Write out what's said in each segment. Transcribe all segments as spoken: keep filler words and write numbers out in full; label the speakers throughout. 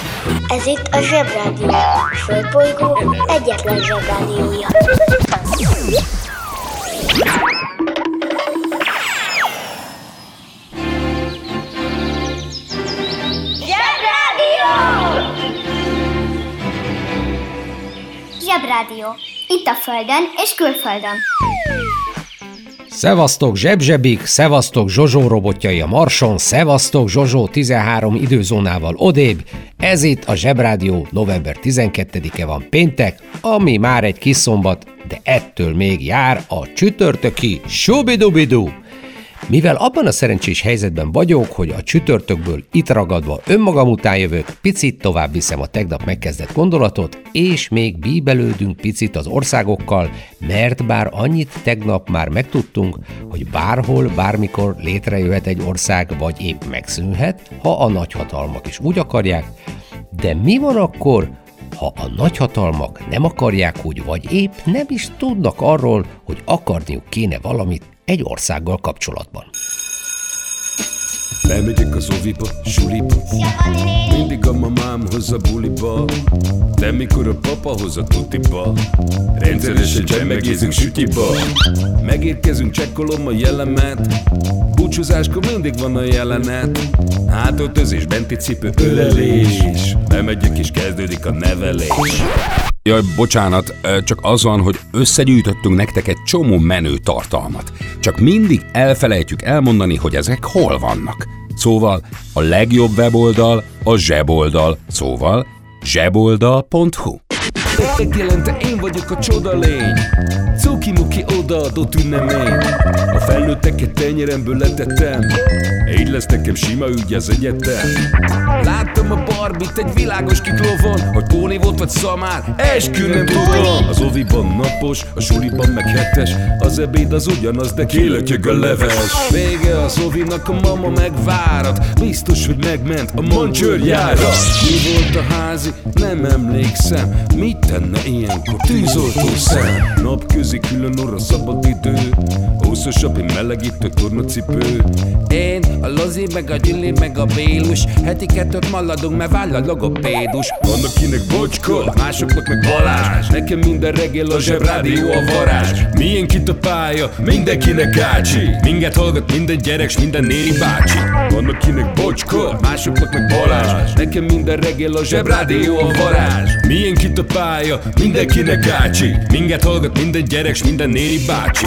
Speaker 1: Ez itt a Zsebrádió, a Földbolygó egyetlen Zsebrádiója.
Speaker 2: Zsebrádió! Zsebrádió. Itt a Földön és külföldön.
Speaker 3: Szevasztok Zsebzsebik, szevasztok Zsozsó robotjai a Marson, szevasztok Zsozsó tizenhárom időzónával odébb. Ez itt a Zsebrádió, november tizenkettedike van péntek, ami már egy kis szombat, de ettől még jár a csütörtöki subidubidu. Mivel abban a szerencsés helyzetben vagyok, hogy a csütörtökből itt ragadva önmagam után jövök, picit tovább viszem a tegnap megkezdett gondolatot, és még bíbelődünk picit az országokkal, mert bár annyit tegnap már megtudtunk, hogy bárhol, bármikor létrejöhet egy ország, vagy épp megszűnhet, ha a nagyhatalmak is úgy akarják, de mi van akkor, ha a nagyhatalmak nem akarják úgy, vagy épp nem is tudnak arról, hogy akarniuk kéne valamit egy országgal kapcsolatban.
Speaker 4: Bemegyek az oviba, suliba, mindig a mamám hoz a buliba, de mikor a papa hoz a tutiba, rendszeresen csemmegézünk sütiba. Megérkezünk, csekkolom a jellemet, búcsúzáskor mindig van a jelenet, hátöltözés, benti cipő, ölelés, bemegyek és kezdődik a nevelés.
Speaker 5: Jaj, bocsánat, csak az van, hogy összegyűjtöttünk nektek egy csomó menő tartalmat. Csak mindig elfelejtjük elmondani, hogy ezek hol vannak. Szóval a legjobb weboldal a zseboldal, szóval zseboldal pont hu.
Speaker 4: Megjelente én vagyok a csodalény, cuki-muki odaadott ünnemény. A felnőtteket tenyeremből letettem, így lesz nekem sima ügy az egyetem. Láttam a Barbit egy világos kiklovon, hogy Póni volt vagy szamár, eskü nem tudom. Az oviban napos, a suliban meg hetes, az ebéd az ugyanaz, de kilötyög a leves. Vége az ovinak, a mama megvárat, biztos, hogy megment a mancsőrjára. Mi volt a házi? Nem emlékszem. Mit tenne ilyenkor? Tűzoltó szem. Napközi külön orra szabad idő, húszosabb, én melegítő tornacipő. Én, a Lozi, meg a Gyüli, meg a Bélus, heti kettőt maladunk, mert váll a logopédus. Van akinek Bocska, másoknak meg Balázs, nekem minden reggel a Zsebrádió a varázs. Milyen kit a pálya, mindenkinek ácsi, minket hallgat minden gyerek, s minden néri bácsi. Van akinek Bocska, másoknak meg Balázs, nekem minden reggel a Zsebrádió a varázs. Milyen kit a pálya, mindenkinek ácsi, minket hallgat minden gyerek, s minden néri bácsi.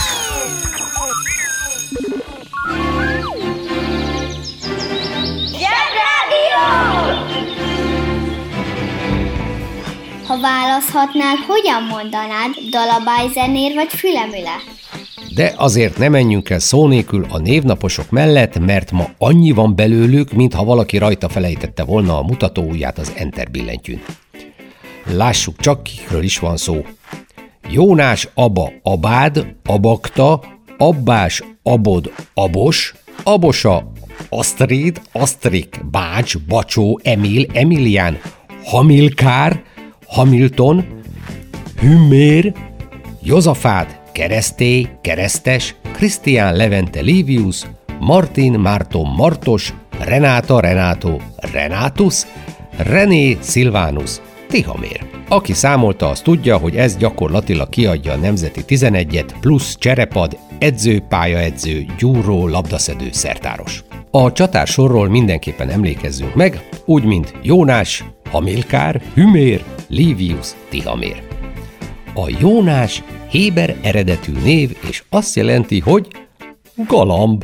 Speaker 2: Ha választhatnál, hogyan mondanád, dalabájzenér vagy fülemüle?
Speaker 3: De azért ne menjünk el szó nélkül a névnaposok mellett, mert ma annyi van belőlük, mintha valaki rajta felejtette volna a mutatóujját az Enter billentyűn. Lássuk csak, kikről is van szó. Jónás Aba Abád, Abakta, Abbás Abod Abos, Abosa Asztrid, Asztrik, Bács, Bacsó, Emil, Emilián, Hamilkár, Hamilton, Hümmér, Jozafát, Keresztély, Keresztes, Krisztián Levente Livius, Martin Márton Martos, Renáta Renátó Renátus, René Szilvánus Tihamér. Aki számolta, az tudja, hogy ez gyakorlatilag kiadja a nemzeti tizenegyet plusz cserepad, edző, pályaedző, gyúró, labdaszedő, szertáros. A csatársorról mindenképpen emlékezzünk meg, úgy mint Jónás, Hamilkár, Hümér, Livius, Tihamér. A Jónás héber eredetű név, és azt jelenti, hogy galamb.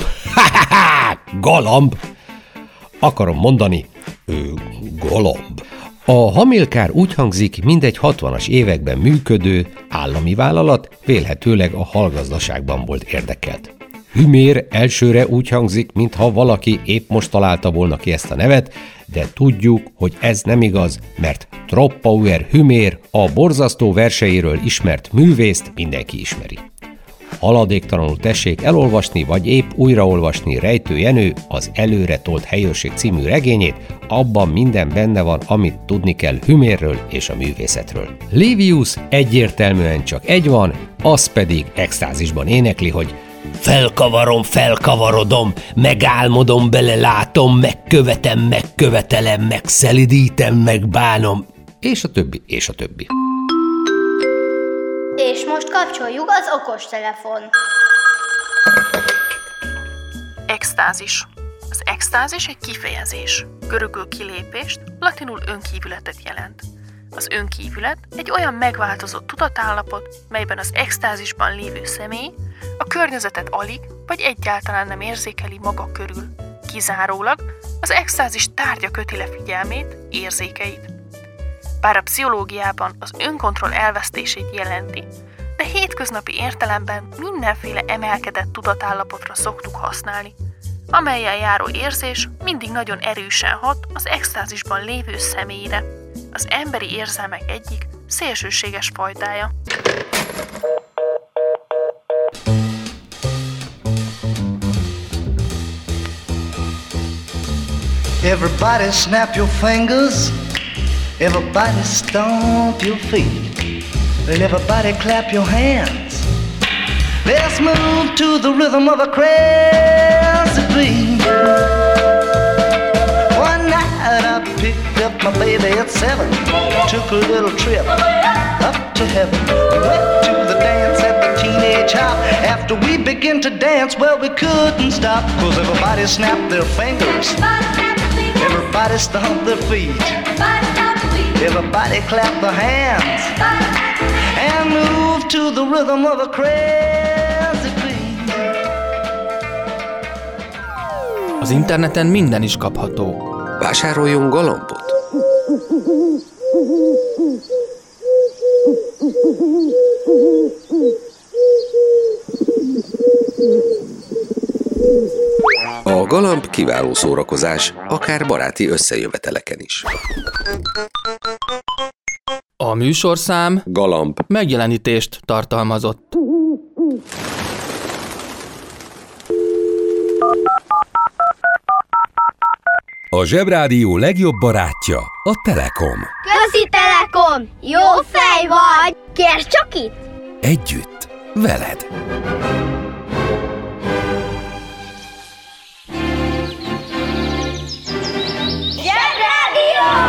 Speaker 3: Galamb! Akarom mondani, ő galamb. A Hamilkár úgy hangzik, mindegy hatvanas években működő állami vállalat, vélhetőleg a halgazdaságban volt érdekelt. Hümér elsőre úgy hangzik, mintha valaki épp most találta volna ki ezt a nevet, de tudjuk, hogy ez nem igaz, mert Troppauer Hümér, a borzasztó verseiről ismert művészt mindenki ismeri. Haladéktalanul tessék elolvasni, vagy épp újraolvasni Rejtő Jenő az Előre tolt helyőrség című regényét, abban minden benne van, amit tudni kell Hümérről és a művészetről. Livius egyértelműen csak egy van, az pedig extázisban énekli, hogy Felkavarom, felkavarodom, megálmodom, belelátom, megkövetem, megkövetelem, megszelidítem, megbánom, és a többi, és a többi.
Speaker 2: És most kapcsoljuk az okostelefon.
Speaker 6: Extázis. Az extázis egy kifejezés. Görögül kilépést, latinul önkívületet jelent. Az önkívület egy olyan megváltozott tudatállapot, melyben az extázisban lévő személy a környezetet alig vagy egyáltalán nem érzékeli maga körül. Kizárólag az extázis tárgya köti le figyelmét, érzékeit. Bár a pszichológiában az önkontroll elvesztését jelenti, de hétköznapi értelemben mindenféle emelkedett tudatállapotra szoktuk használni, amellyel járó érzés mindig nagyon erősen hat az extázisban lévő személyre, az emberi érzelmek egyik szélsőséges fajtája.
Speaker 7: Everybody snap your fingers, everybody stomp your feet, and everybody clap your hands. Let's move to the rhythm of a crazy beat. One night I picked up my baby at seven, took a little trip up to heaven. We went to the dance at the teenage hop. After we began to dance, well, we couldn't stop, 'cause everybody snapped their fingers, everybody stomped their feet, everybody clapped their hands, and moved to the rhythm of a crazy beat.
Speaker 8: Az interneten minden is kapható.
Speaker 9: Vásároljon galambot! A galamb kiváló szórakozás, akár baráti összejöveteleken is.
Speaker 8: A műsorszám
Speaker 9: Galamb
Speaker 8: megjelenítést tartalmazott.
Speaker 5: A Zsebrádió legjobb barátja a Telekom.
Speaker 2: Közi Telekom! Jó fej vagy! Kérd csak itt!
Speaker 5: Együtt, veled.
Speaker 2: Zsebrádió!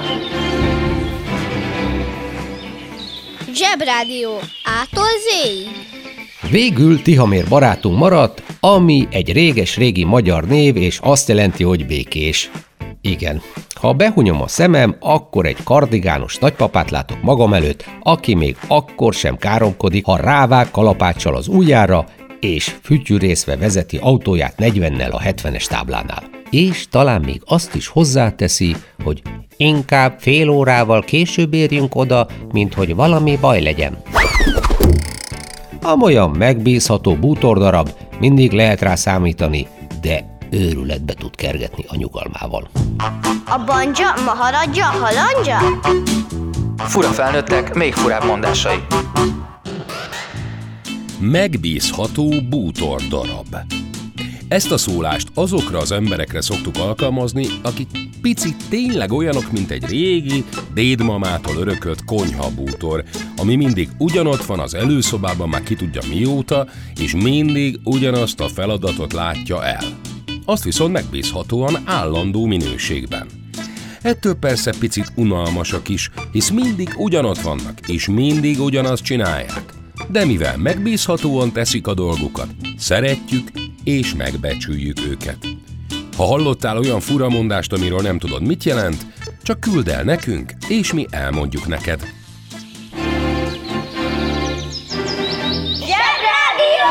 Speaker 1: Zsebrádió. A-tól Z-ig.
Speaker 3: Végül Tihamér barátunk maradt, ami egy réges-régi magyar név, és azt jelenti, hogy békés. Igen, ha behunyom a szemem, akkor egy kardigános nagypapát látok magam előtt, aki még akkor sem káromkodik, ha rávág kalapáccsal az ujjára, és fütyűrészve vezeti autóját negyvennel a hetvenes táblánál. És talán még azt is hozzáteszi, hogy inkább fél órával később érjünk oda, mint hogy valami baj legyen. Amolyan megbízható bútordarab, mindig lehet rá számítani, de őrületbe tud kergetni a nyugalmával.
Speaker 1: A banja, maharadja, halandja?
Speaker 8: Fura felnőttek, még furább mondásai.
Speaker 5: Megbízható bútordarab. Ezt a szólást azokra az emberekre szoktuk alkalmazni, akik picit tényleg olyanok, mint egy régi, dédmamától örökölt konyhabútor, ami mindig ugyanott van az előszobában már ki tudja mióta, és mindig ugyanazt a feladatot látja el. Azt viszont megbízhatóan állandó minőségben. Ettől persze picit unalmasak is, hisz mindig ugyanott vannak, és mindig ugyanazt csinálják. De mivel megbízhatóan teszik a dolgukat, szeretjük és megbecsüljük őket. Ha hallottál olyan furamondást, amiről nem tudod, mit jelent, csak küldd el nekünk, és mi elmondjuk neked.
Speaker 2: Zsebrádió!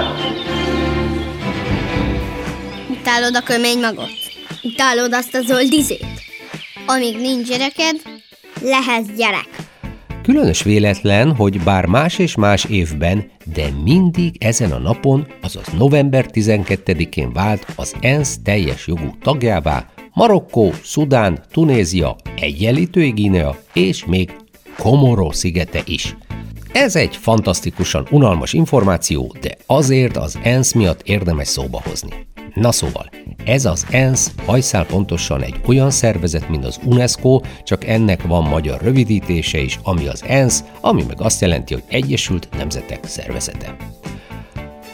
Speaker 1: Utálod a kömény magot? Utálod azt a zöld izét? Amíg nincs gyereked, lehetsz gyerek.
Speaker 3: Különös véletlen, hogy bár más és más évben, de mindig ezen a napon, azaz november tizenkettedikén vált az ENSZ teljes jogú tagjává Marokkó, Szudán, Tunézia, Egyenlítői Guinea és még Komoró szigete is. Ez egy fantasztikusan unalmas információ, de azért az ENSZ miatt érdemes szóba hozni. Na szóval, ez az ENSZ hajszál pontosan egy olyan szervezet, mint az UNESCO, csak ennek van magyar rövidítése is, ami az ENSZ, ami meg azt jelenti, hogy Egyesült Nemzetek Szervezete.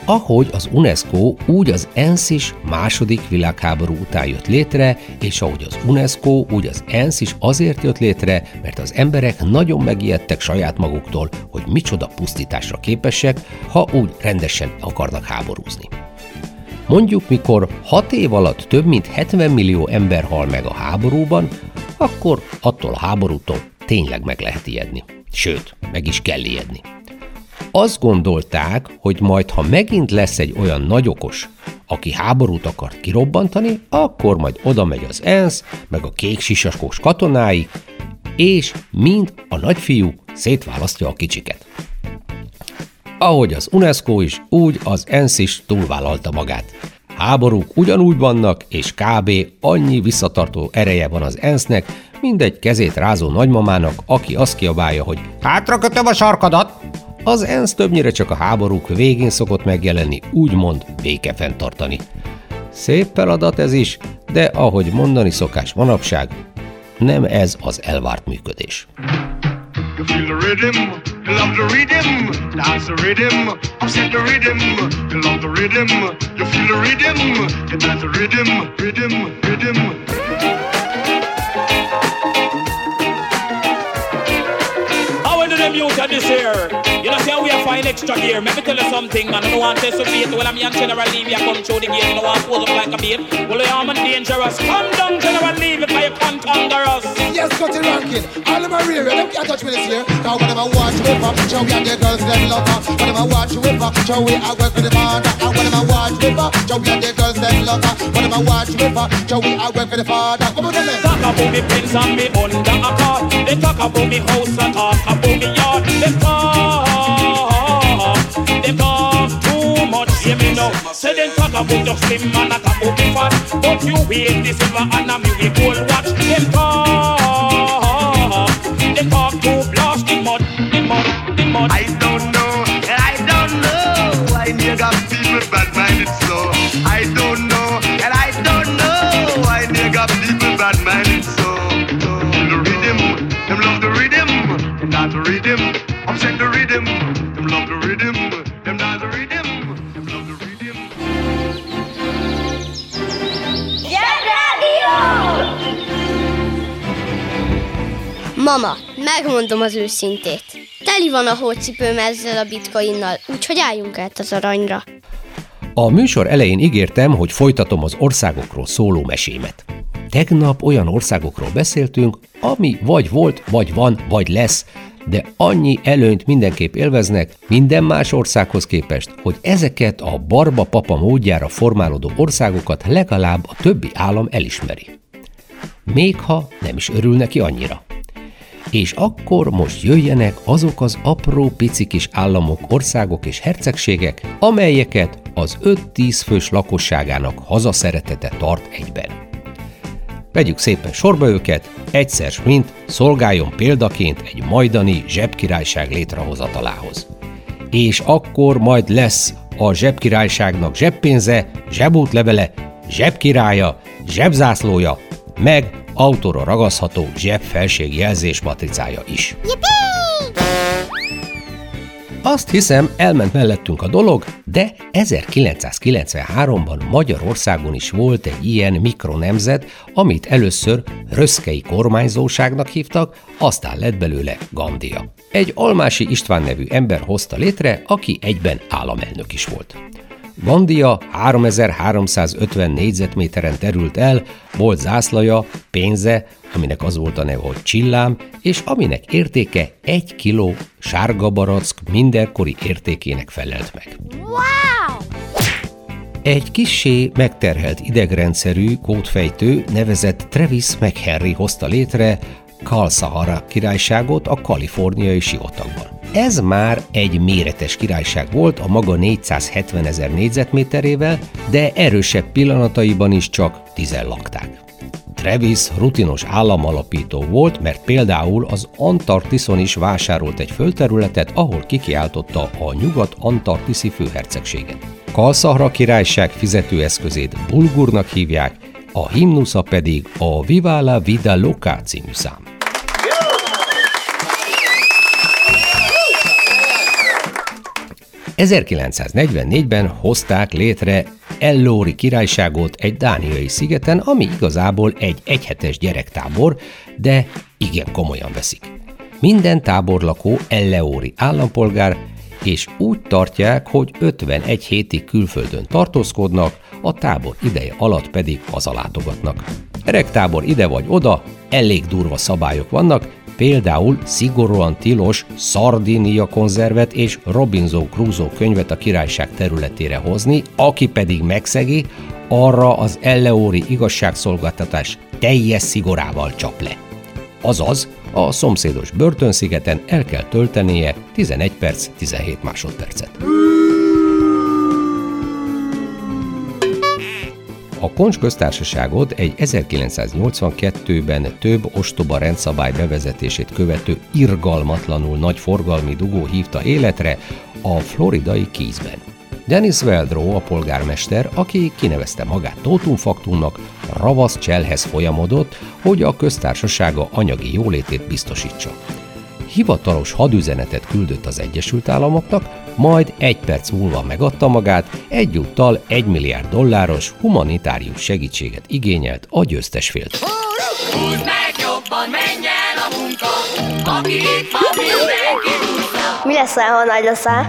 Speaker 3: Ahogy az UNESCO, úgy az ENSZ is második világháború után jött létre, és ahogy az UNESCO, úgy az ENSZ is azért jött létre, mert az emberek nagyon megijedtek saját maguktól, hogy micsoda pusztításra képesek, ha úgy rendesen akarnak háborúzni. Mondjuk, mikor hat év alatt több mint hetven millió ember hal meg a háborúban, akkor attól a háborútól tényleg meg lehet ijedni. Sőt, meg is kell ijedni. Azt gondolták, hogy majd, ha megint lesz egy olyan nagyokos, aki háborút akar kirobbantani, akkor majd oda megy az ENSZ, meg a kék sisakos katonái, és mind a nagyfiú szétválasztja a kicsiket. Ahogy az UNESCO is, úgy az ENSZ is túlvállalta magát. Háborúk ugyanúgy vannak, és kb. Annyi visszatartó ereje van az ensznek, mint egy kezét rázó nagymamának, aki azt kiabálja, hogy hátrakötöm a sarkadat! Az ENSZ többnyire csak a háborúk végén szokott megjelenni, úgymond béke fenntartani. Szép feladat ez is, de ahogy mondani szokás manapság, nem ez az elvárt működés.
Speaker 10: You feel the rhythm, you love the rhythm, dance the rhythm, upset the rhythm, you love the rhythm, you feel the rhythm, you dance the rhythm, rhythm, rhythm.
Speaker 11: How do them use of this here? You know, say we are fine extra gear. Let me tell you something, man. I don't want to associate. Well, I'm young General Levy. I come through the gate. I don't want to pose up like a bait. Well, I am dangerous. Come down, General Levy, for you can't anger us.
Speaker 12: Yes, got it ranking. All of my rear, them can't touch me this year. Now, when I'm a watch whip up, show me and the girls, them love her. When I'm a watch whip up, show me I work with the father. And when I'm a watch whip up, show me and the girls, them love her. When I'm a watch whip up, show me I work with the father. Come on, then.
Speaker 11: Talk about me pins and me under a car. They talk about me house and talk about me yard. They talk, they talk too much, hear me now. Say them talk about your slim man, not about me fat. But you wait the silver and a me we gold watch. Them talk, they talk too blast the mud, the mud, the mud.
Speaker 10: I don't know, I don't know why you got people bad-minded so. I don't know, and I don't know why you got people bad-minded so. Feel the rhythm, them love the rhythm, them dance the rhythm, upset the rhythm, them love the rhythm, them dance the rhythm, them love the rhythm.
Speaker 2: Zsebrádió!
Speaker 1: Mama, megmondom az őszintét. Teli van a hócipőm ezzel a bitcoinnal, úgyhogy álljunk át az aranyra.
Speaker 3: A műsor elején ígértem, hogy folytatom az országokról szóló mesémet. Tegnap olyan országokról beszéltünk, ami vagy volt, vagy van, vagy lesz, de annyi előnyt mindenképp élveznek minden más országhoz képest, hogy ezeket a barba papa módjára formálódó országokat legalább a többi állam elismeri. Még ha nem is örül neki annyira. És akkor most jöjjenek azok az apró pici kis államok, országok és hercegségek, amelyeket az öt-tíz fős lakosságának hazaszeretete tart egyben. Vegyük szépen sorba őket, egyszer s mint szolgáljon példaként egy majdani zsebkirályság létrehozatalához. És akkor majd lesz a zsebkirályságnak zseppénze, zsebútlevele, zsebkirálya, zsebzászlója, meg autóra ragasztható zsebfelségjelzés matricája is. Yippee! Azt hiszem, elment mellettünk a dolog, de ezerkilencszázkilencvenháromban Magyarországon is volt egy ilyen mikronemzet, amit először röszkei kormányzóságnak hívtak, aztán lett belőle Gandia. Egy Almási István nevű ember hozta létre, aki egyben államelnök is volt. Gandia háromezer-háromszázötven négyzetméteren terült el, volt zászlaja, pénze, aminek az volt a neve, hogy csillám, és aminek értéke egy kiló sárga barack mindenkori értékének felelt meg.
Speaker 2: Wow!
Speaker 3: Egy kissé megterhelt idegrendszerű kódfejtő nevezett Travis McHenry hozta létre Kalszahara királyságot a kaliforniai sivatagban. Ez már egy méretes királyság volt a maga négyszázhetvenezer négyzetméterével, de erősebb pillanataiban is csak tizen lakták. Travis rutinos államalapító volt, mert például az Antarktiszon is vásárolt egy földterületet, ahol kikiáltotta a nyugat-antarktiszi főhercegséget. Kalszahara királyság fizetőeszközét bulgurnak hívják, a himnusza pedig a Viva la Vida Loca című szám. ezerkilencszáznegyvennégyben hozták létre Ellóri királyságot egy dániai szigeten, ami igazából egy egyhetes gyerektábor, de igen komolyan veszik. Minden táborlakó elleóri állampolgár, és úgy tartják, hogy ötvenegy hétig külföldön tartózkodnak, a tábor ideje alatt pedig hazalátogatnak. Erektábor ide vagy oda, elég durva szabályok vannak, például szigorúan tilos Szardinia konzervet és Robinson Crusoe könyvet a királyság területére hozni, aki pedig megszegi, arra az elleóri igazságszolgáltatás teljes szigorával csap le. Azaz, a szomszédos börtönszigeten el kell töltenie tizenegy perc tizenhét másodpercet. A Koncs köztársaságot egy ezerkilencszáznyolcvankettőben több ostoba rendszabály bevezetését követő irgalmatlanul nagy forgalmi dugó hívta életre a floridai Keysben. Dennis Weldrow a polgármester, aki kinevezte magát Tótum Faktumnak, ravasz cselhez folyamodott, hogy a köztársasága anyagi jólétét biztosítsa. Hivatalos hadüzenetet küldött az Egyesült Államoknak, majd egy perc múlva megadta magát, egyúttal egy milliárd dolláros humanitárius segítséget igényelt a győztes féltől.
Speaker 13: Húzd meg jobban, menj el a munka, aki itt van, mindenki húzza.
Speaker 2: Mi leszel, ha nagy leszel?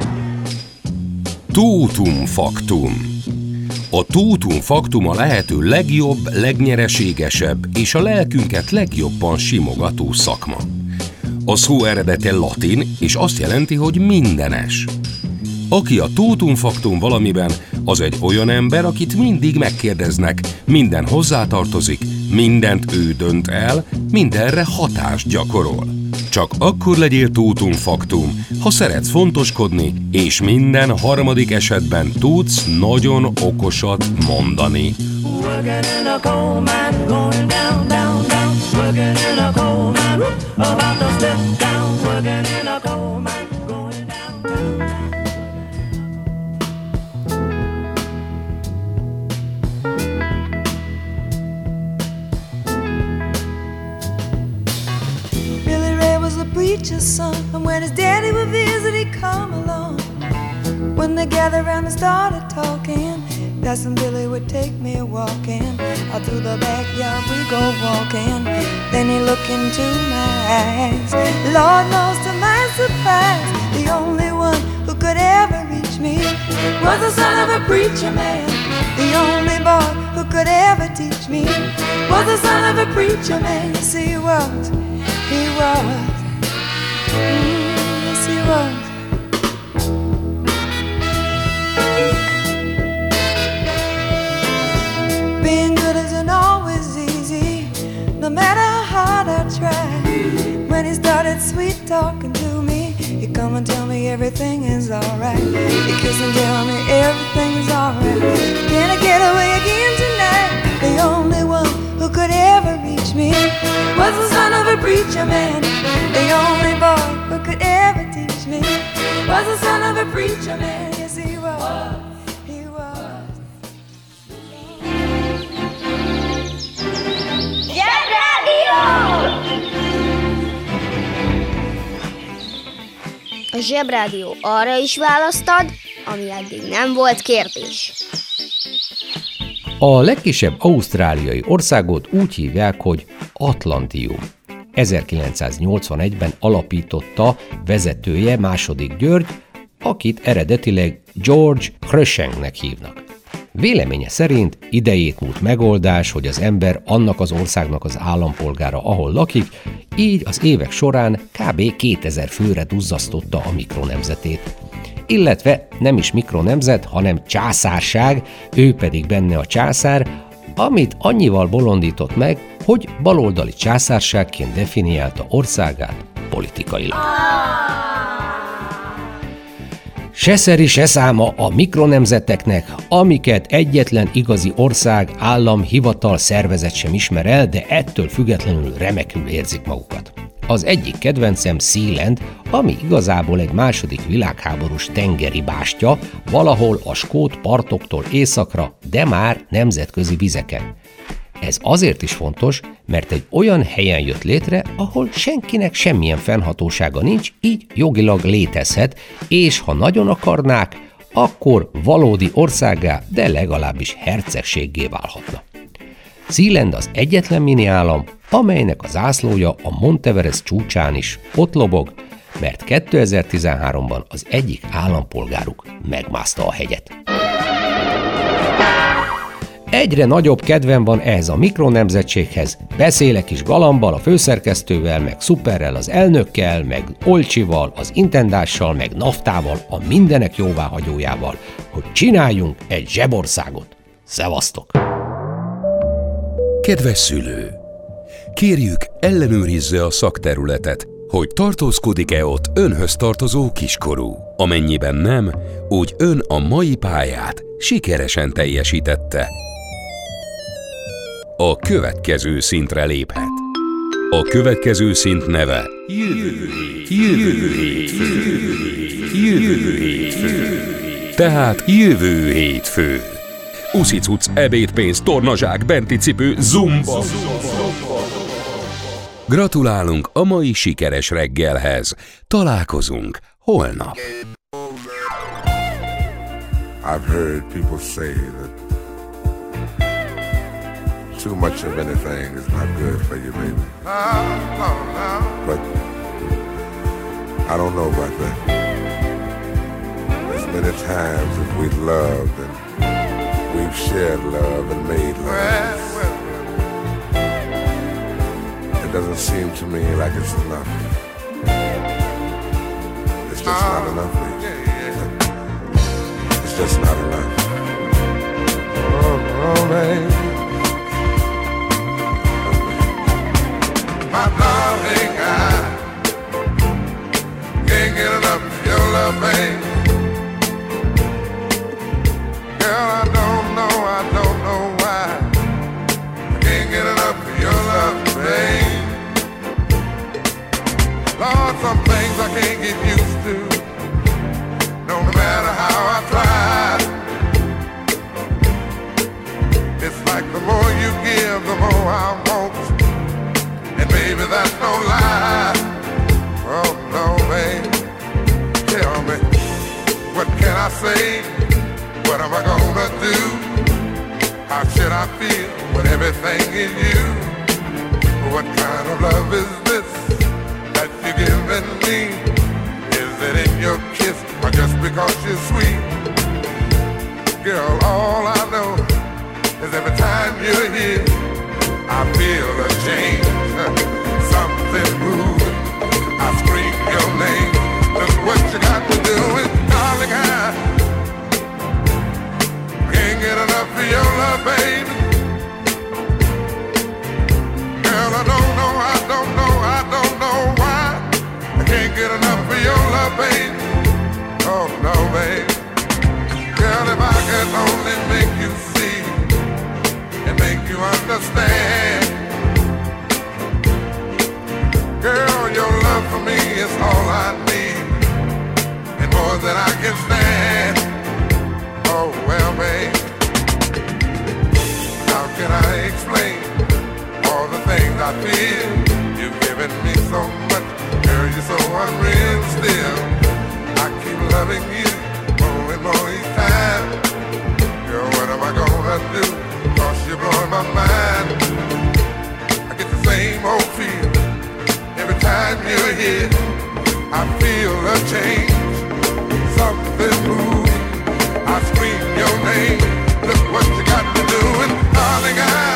Speaker 5: Tótum Faktum. A Tótum Faktum a lehető legjobb, legnyereségesebb és a lelkünket legjobban simogató szakma. A szó eredete latin, és azt jelenti, hogy mindenes. Aki a Tótum Faktum valamiben, az egy olyan ember, akit mindig megkérdeznek, minden hozzátartozik, mindent ő dönt el, mindenre hatást gyakorol. Csak akkor legyél Tótum Faktum, ha szeretsz fontoskodni, és minden harmadik esetben tudsz nagyon okosat mondani.
Speaker 14: Preacher's son, and when his daddy would visit, he'd come along. When they gathered around and started talking, Cousin Billy would take me walking. Out through the backyard we go walking. Then he looked into my eyes. Lord knows to my surprise, the only one who could ever reach me was the son of a preacher man. The only boy who could ever teach me was the son of a preacher man. Yes, he was, he was. Yes, he was. Being good isn't always easy, no matter how hard I try. When he started sweet talking to me, he'd come and tell me everything is alright. He'd kiss and tell me everything is alright. Can I get away again tonight? The only one who could ever reach me was the son of a preacher man. The only boy who could ever teach me was the son of a preacher man. Yes, he was. He was.
Speaker 2: Zsebrádió! A Zsebrádió arra is választad, ami eddig nem volt kérdés.
Speaker 3: A legkisebb ausztráliai országot úgy hívják, hogy Atlantium. ezerkilencszáznyolcvanegyben alapította vezetője Második György, akit eredetileg George Cruikshanknek hívnak. Véleménye szerint idejét múlt megoldás, hogy az ember annak az országnak az állampolgára, ahol lakik, így az évek során kb. kétezer főre duzzasztotta a mikronemzetét. Illetve nem is mikronemzet, hanem császárság, ő pedig benne a császár, amit annyival bolondított meg, hogy baloldali császárságként definiálta országát politikailag. Se szeri, se száma a mikronemzeteknek, amiket egyetlen igazi ország, állam, hivatal, szervezet sem ismer el, de ettől függetlenül remekül érzik magukat. Az egyik kedvencem Sealand, ami igazából egy második világháborús tengeri bástya, valahol a skót partoktól északra, de már nemzetközi vizeken. Ez azért is fontos, mert egy olyan helyen jött létre, ahol senkinek semmilyen fennhatósága nincs, így jogilag létezhet, és ha nagyon akarnák, akkor valódi országgá, de legalábbis hercegséggé válhatna. Zealand az egyetlen mini állam, amelynek a zászlója a Monteverest csúcsán is ott lobog, mert kétezer-tizenháromban az egyik állampolgáruk megmászta a hegyet. Egyre nagyobb kedvem van ehhez a mikronemzetséghez, beszélek is Galambal, a főszerkesztővel, meg Szuperrel, az elnökkel, meg Olcsival, az intendással, meg Naftával, a mindenek jóváhagyójával, hogy csináljunk egy zsebországot. Szevasztok!
Speaker 5: Kedves szülő! Kérjük, ellenőrizze a szakterületet, hogy tartózkodik-e ott önhöz tartozó kiskorú. Amennyiben nem, úgy ön a mai pályát sikeresen teljesítette. A következő szintre léphet. A következő szint neve Jövő hétfő. Jövő hétfő. Tehát jövő hétfő. Uszicuc, ebédpénz, tornazsák, benti cipő, zumba. Gratulálunk a mai sikeres reggelhez. Találkozunk holnap.
Speaker 15: I've heard people say that too much of anything is not good for you, baby. But I don't know about that. As many times as we've loved and we've shared love and made love, it doesn't seem to me like it's enough. It's just not enough, baby. It's just not enough. Oh, oh, baby. My darling, I can't get enough of your love, baby. Girl, I don't know, I don't know why I can't get enough of your love, baby. Lord, some things I can't get used to, no matter how I try. It's like the more you give, the more I want. And baby, that's no lie. Oh no, babe. Tell me, what can I say? What am I gonna do? How should I feel when everything is you? What kind of love is this that you're giving me? Is it in your kiss or just because you're sweet? Girl, all I know is every time you're here, I feel a change, something moving. I scream your name. Look what you got to do with darling, I can't get enough of your love, baby. Girl, I don't know, I don't know, I don't know why I can't get enough of your love, baby. Oh no, baby. Girl, if I could only make you see and make you understand. Girl, your love for me is all I need, and more than I can stand. Oh, well, babe, how can I explain all the things I feel? You've given me so much, girl, you're so unreal still. I keep loving you more and more each time. Girl, what am I gonna do? Cause you're blowing my mind. I get the same old feel every time you're here. I feel a change, something moving. I scream your name. Look what you got to do, and darling, I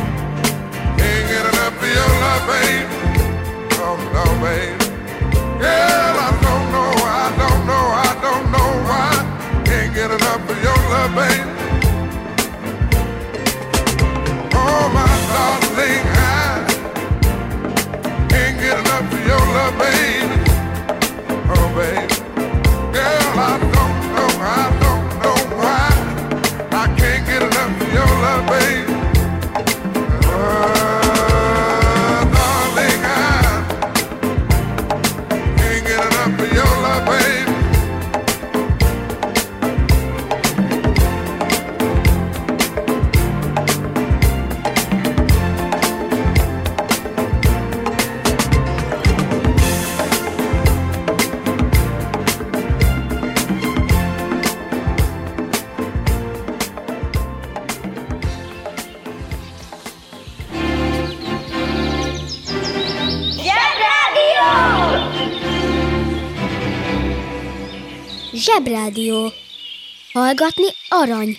Speaker 15: can't get enough of your love, babe. Oh no, babe. Yeah.
Speaker 2: Zsebrádió. Hallgatni arany.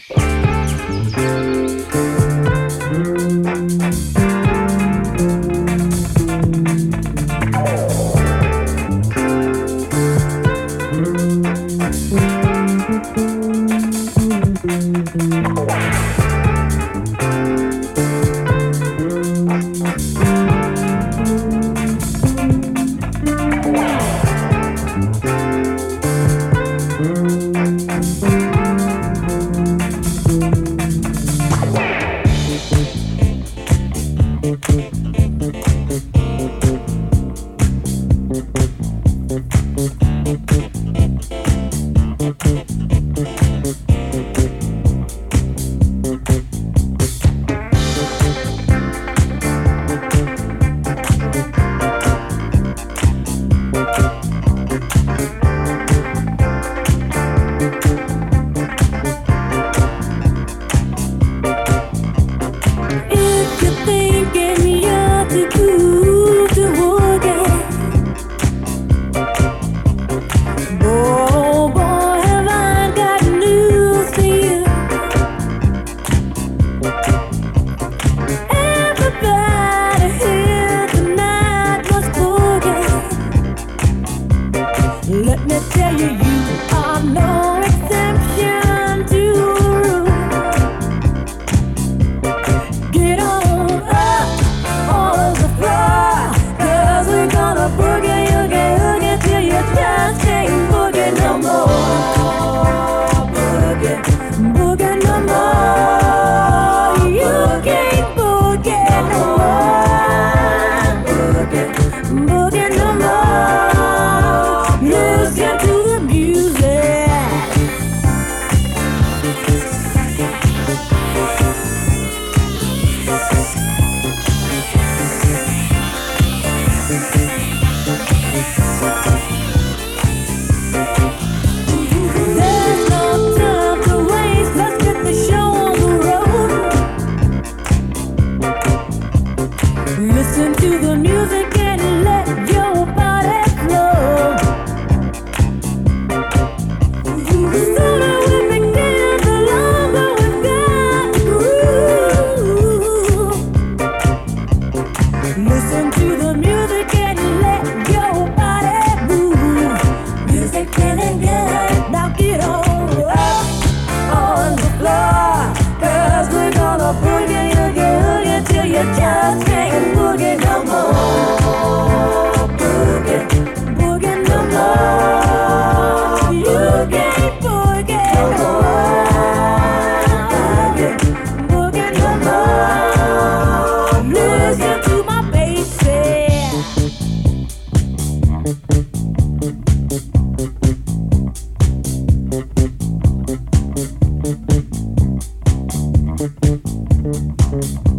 Speaker 16: Thank you.